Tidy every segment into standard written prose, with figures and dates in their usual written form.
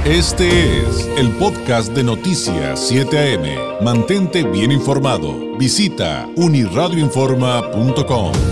Este es el podcast de Noticias 7 AM. Mantente bien informado. Visita uniradioinforma.com.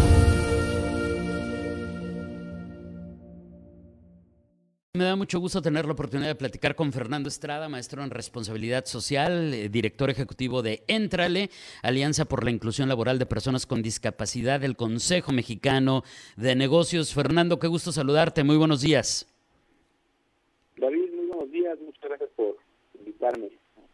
Me da mucho gusto tener la oportunidad de platicar con Fernando Estrada, maestro en responsabilidad social, director ejecutivo de Éntrale, Alianza por la Inclusión Laboral de Personas con Discapacidad del Consejo Mexicano de Negocios. Fernando, qué gusto saludarte. Muy buenos días. David, muy buenos días. Muchas gracias por invitarme.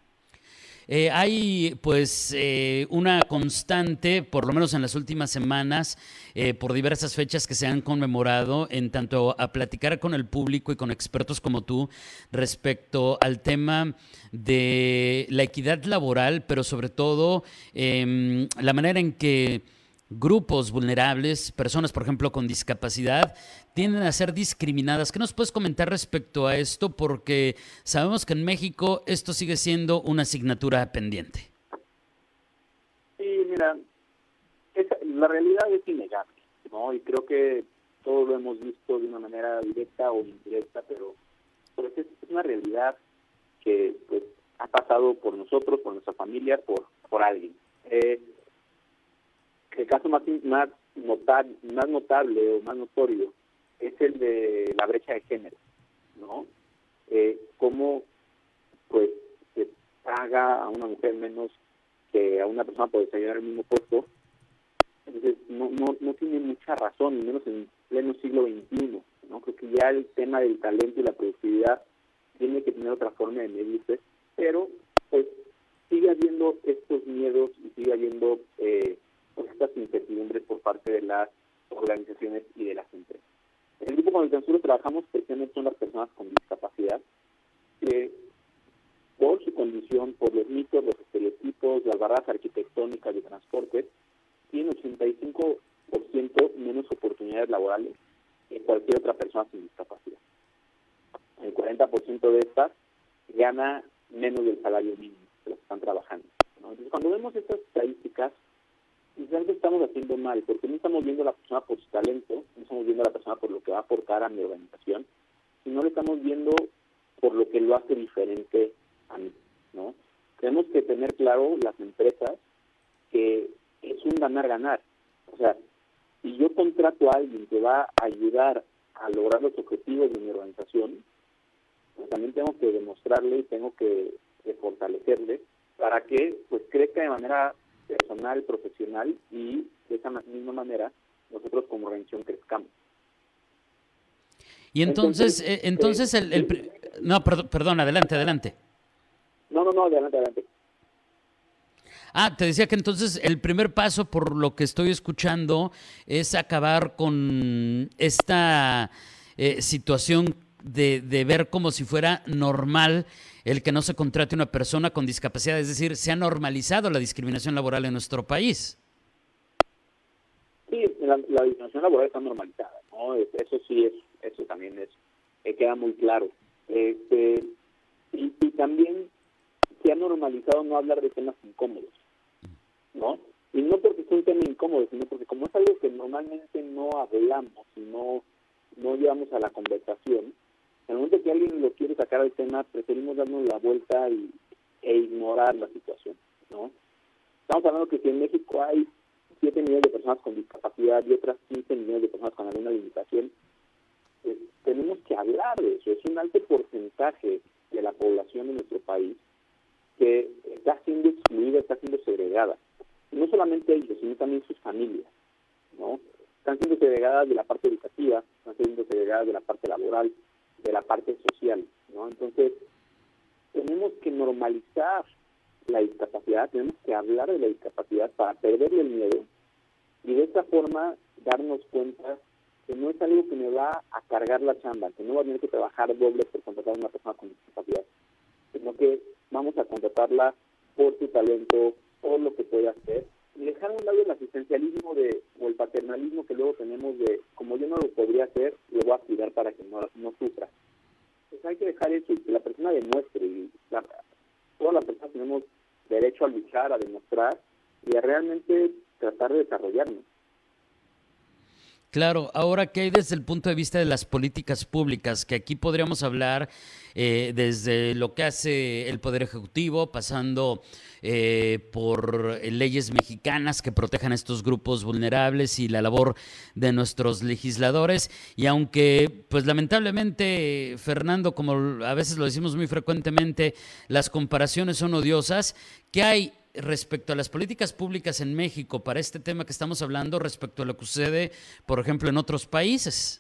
Hay una constante, por lo menos en las últimas semanas, por diversas fechas que se han conmemorado, en tanto a platicar con el público y con expertos como tú respecto al tema de la equidad laboral, pero sobre todo la manera en que grupos vulnerables, personas, por ejemplo, con discapacidad, tienden a ser discriminadas. ¿Qué nos puedes comentar respecto a esto? Porque sabemos que en México esto sigue siendo una asignatura pendiente. Sí, mira, la realidad es innegable, ¿no? Y creo que todos lo hemos visto de una manera directa o indirecta, pero pues es una realidad que pues ha pasado por nosotros, por nuestra familia, por alguien. El caso más notable o más notorio es el de la brecha de género, ¿no? Cómo pues se paga a una mujer menos que a una persona por desarrollar el mismo puesto. Entonces no tiene mucha razón, y menos en pleno siglo XXI, ¿no? Creo que ya el tema del talento y la productividad tiene que tener otra forma de medirse, pero pues sigue habiendo estos miedos y sigue habiendo estas incertidumbres por parte de las organizaciones y de las empresas. El grupo con el que nosotros trabajamos especialmente son las personas con discapacidad, que por su condición, por los mitos, los estereotipos, las barreras arquitectónicas de transporte, tienen 85% menos oportunidades laborales que cualquier otra persona sin discapacidad. El 40% de estas gana menos del salario mínimo de los que están trabajando, ¿no? Entonces, cuando vemos estas estadísticas, realmente estamos haciendo mal, porque no estamos viendo a la persona por su talento, no estamos viendo a la persona por lo que va a aportar a mi organización, sino le estamos viendo por lo que lo hace diferente a mí, ¿no? Tenemos que tener claro, las empresas, que es un ganar-ganar. O sea, si yo contrato a alguien que va a ayudar a lograr los objetivos de mi organización, pues también tengo que demostrarle y tengo que fortalecerle para que pues crezca de manera personal, profesional, y de esa misma manera nosotros como organización crezcamos. Y entonces no, perdón, adelante. No, adelante. Te decía que entonces el primer paso, por lo que estoy escuchando, es acabar con esta situación de ver como si fuera normal el que no se contrate una persona con discapacidad. Es decir, se ha normalizado la discriminación laboral en nuestro país. Sí, la discriminación laboral está normalizada, ¿no? Eso sí, eso también queda muy claro. Y también se ha normalizado no hablar de temas incómodos, ¿no? Y no porque sea un tema incómodo, sino porque como es algo que normalmente no hablamos y no llevamos a la conversación, en el momento que alguien lo quiere sacar al tema, preferimos darnos la vuelta e ignorar la situación, ¿no? Estamos hablando que si en México hay 7 millones de personas con discapacidad y otras 15 millones de personas con alguna limitación, pues tenemos que hablar de eso. Es un alto porcentaje de la población de nuestro país que está siendo excluida, está siendo segregada. Y no solamente ellos, sino también sus familias, ¿no? Están siendo segregadas de la parte educativa, están siendo segregadas de la parte laboral, de la parte social, ¿no? Entonces, tenemos que normalizar la discapacidad, tenemos que hablar de la discapacidad para perderle el miedo y de esta forma darnos cuenta que no es algo que me va a cargar la chamba, que no va a tener que trabajar doble por contratar a una persona con discapacidad, sino que vamos a contratarla por su talento, por lo que puede hacer, y dejar a un lado el asistencialismo o el paternalismo que luego tenemos de, como yo no lo podría hacer, lo voy a cuidar para que no sufra. Pues hay que dejar eso y que la persona demuestre, y todas las personas tenemos derecho a luchar, a demostrar y a realmente tratar de desarrollarnos. Claro, ahora, ¿qué hay desde el punto de vista de las políticas públicas? Que aquí podríamos hablar desde lo que hace el Poder Ejecutivo, pasando por leyes mexicanas que protejan a estos grupos vulnerables y la labor de nuestros legisladores. Y aunque, pues lamentablemente, Fernando, como a veces lo decimos muy frecuentemente, las comparaciones son odiosas, ¿qué hay respecto a las políticas públicas en México para este tema que estamos hablando respecto a lo que sucede, por ejemplo, en otros países?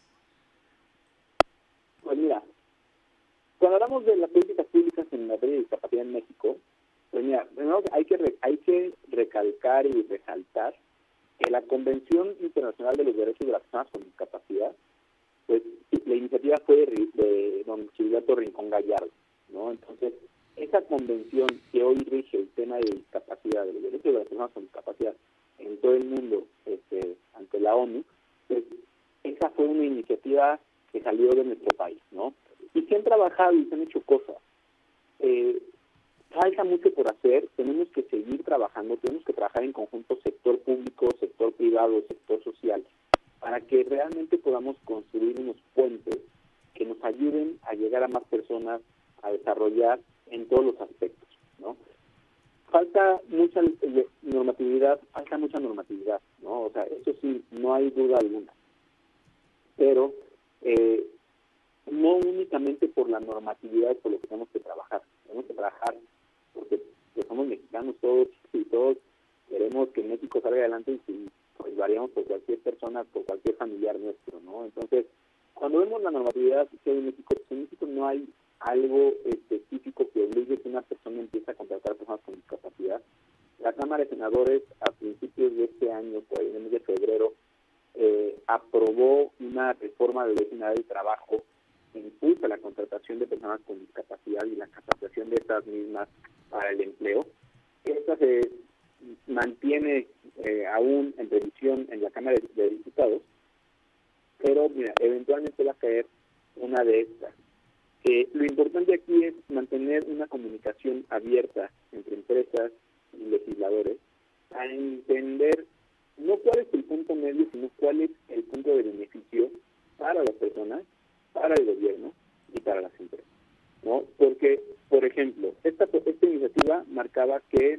Pues mira, cuando hablamos de las políticas públicas en materia de discapacidad en México, pues mira, primero hay que recalcar y resaltar que la Convención Internacional de los Derechos de las Personas con Discapacidad, pues la iniciativa fue de don Gilberto Rincón Gallardo, ¿no? Entonces, esa convención que hoy rige el tema de discapacidad, de los derechos de las personas con discapacidad en todo el mundo, ante la ONU, pues esa fue una iniciativa que salió de nuestro país, ¿no? Y se han trabajado y se han hecho cosas. Falta mucho por hacer, tenemos que seguir trabajando, tenemos que trabajar en conjunto sector público, sector privado, sector social, para que realmente podamos construir unos puentes que nos ayuden a llegar a más personas, a desarrollar en todos los aspectos, ¿no? Falta mucha normatividad, ¿no? O sea, eso sí, no hay duda alguna. Pero no únicamente por la normatividad es por lo que tenemos que trabajar porque somos mexicanos todos y todos queremos que México salga adelante y si pues variamos por cualquier persona, por cualquier familiar nuestro, ¿no? Entonces, cuando vemos la normatividad que hay en México, pues en México no hay algo específico que obligue que una persona empiece a contratar personas con discapacidad. La Cámara de Senadores a principios de este año, por el mes de febrero, aprobó una reforma de la Ley General del Trabajo que impulsa la contratación de personas con discapacidad y la capacitación de estas mismas para el empleo. Esta se mantiene aún en revisión en la Cámara de Diputados, pero mira, eventualmente va a caer una de estas. Lo importante aquí es mantener una comunicación abierta entre empresas y legisladores a entender no cuál es el punto medio, sino cuál es el punto de beneficio para las personas, para el gobierno y para las empresas, ¿no? Porque, por ejemplo, esta iniciativa marcaba que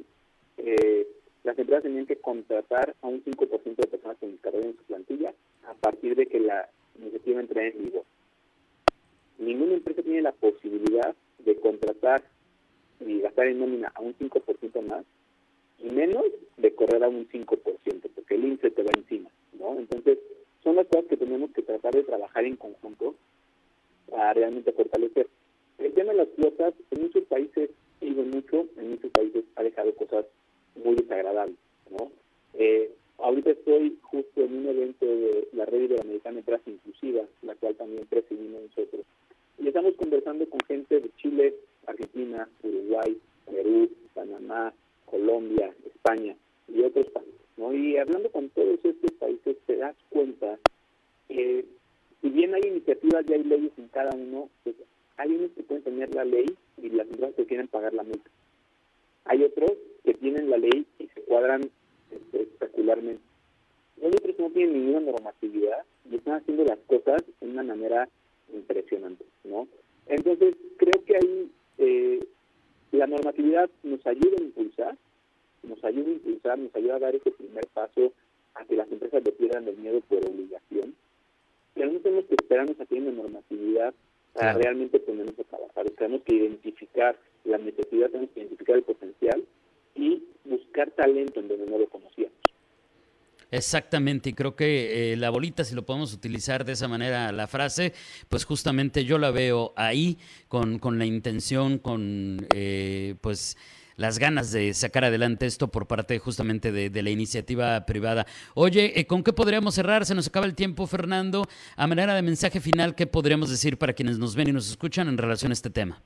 las empresas tenían que contratar a un 5% de personas con discapacidad en su plantilla a partir de que la iniciativa entre en vigor. Ninguna empresa tiene la posibilidad de contratar y gastar en nómina a un 5% más, y menos de correr a un 5%, porque el INSS te va encima, ¿no? Entonces, son las cosas que tenemos que tratar de trabajar en conjunto para realmente fortalecer. El tema de las cuotas, en muchos países sirve mucho, en muchos países ha dejado cosas muy desagradables, ¿no? Ahorita estoy justo en un evento de la Red Iberoamericana de Empresas Inclusivas, la cual también presidimos nosotros. Y estamos conversando con gente de Chile, Argentina, Uruguay, Perú, Panamá, Colombia, España y otros países, ¿no? Y hablando con todos estos países te das cuenta que si bien hay iniciativas y hay leyes en cada uno, pues hay unos que pueden tener la ley y las empresas que quieren pagar la multa. Hay otros que tienen la ley y se cuadran espectacularmente. Hay otros que no tienen ninguna normatividad y están haciendo las cosas de una manera impresionante, ¿no? Entonces, creo que ahí la normatividad nos ayuda a impulsar, nos ayuda a dar ese primer paso a que las empresas le pierdan el miedo por obligación, pero no tenemos que esperarnos a que haya una normatividad para realmente ponernos a trabajar. Tenemos que identificar la necesidad, tenemos que identificar el potencial y buscar talento en donde no lo conocíamos. Exactamente, y creo que la bolita, si lo podemos utilizar de esa manera, la frase, pues justamente yo la veo ahí con la intención, con pues las ganas de sacar adelante esto por parte justamente de la iniciativa privada. Oye, ¿con qué podríamos cerrar? Se nos acaba el tiempo, Fernando. A manera de mensaje final, ¿qué podríamos decir para quienes nos ven y nos escuchan en relación a este tema?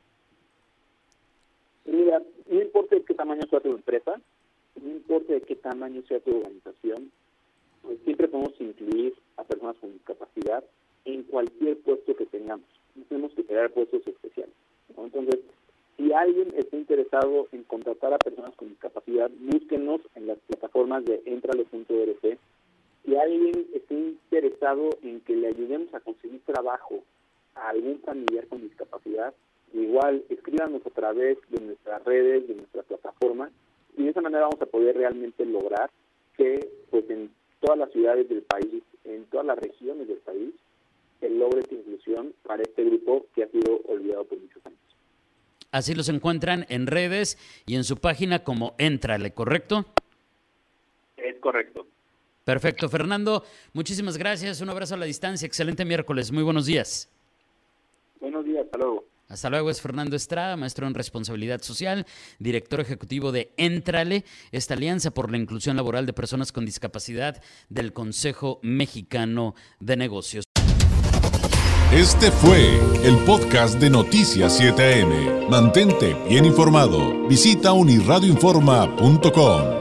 Mira, no importa de qué tamaño sea tu empresa, no importa de qué tamaño sea tu organización, pues siempre podemos incluir a personas con discapacidad en cualquier puesto que tengamos. No tenemos que crear puestos especiales, ¿no? Entonces, si alguien está interesado en contratar a personas con discapacidad, búsquenos en las plataformas de entrale.org si alguien está interesado en que le ayudemos a conseguir trabajo a algún familiar con discapacidad, igual escríbanos a través de nuestras redes, de nuestra plataforma, y de esa manera vamos a poder realmente lograr que pues en todas las ciudades del país, en todas las regiones del país, se logre esta inclusión para este grupo que ha sido olvidado por muchos años. Así los encuentran en redes y en su página como Éntrale, ¿correcto? Es correcto. Perfecto, Fernando, muchísimas gracias, un abrazo a la distancia, excelente miércoles, muy buenos días. Buenos días, hasta luego. Hasta luego, es Fernando Estrada, maestro en responsabilidad social, director ejecutivo de Éntrale, esta alianza por la inclusión laboral de personas con discapacidad del Consejo Mexicano de Negocios. Este fue el podcast de Noticias 7am. Mantente bien informado. Visita unirradioinforma.com.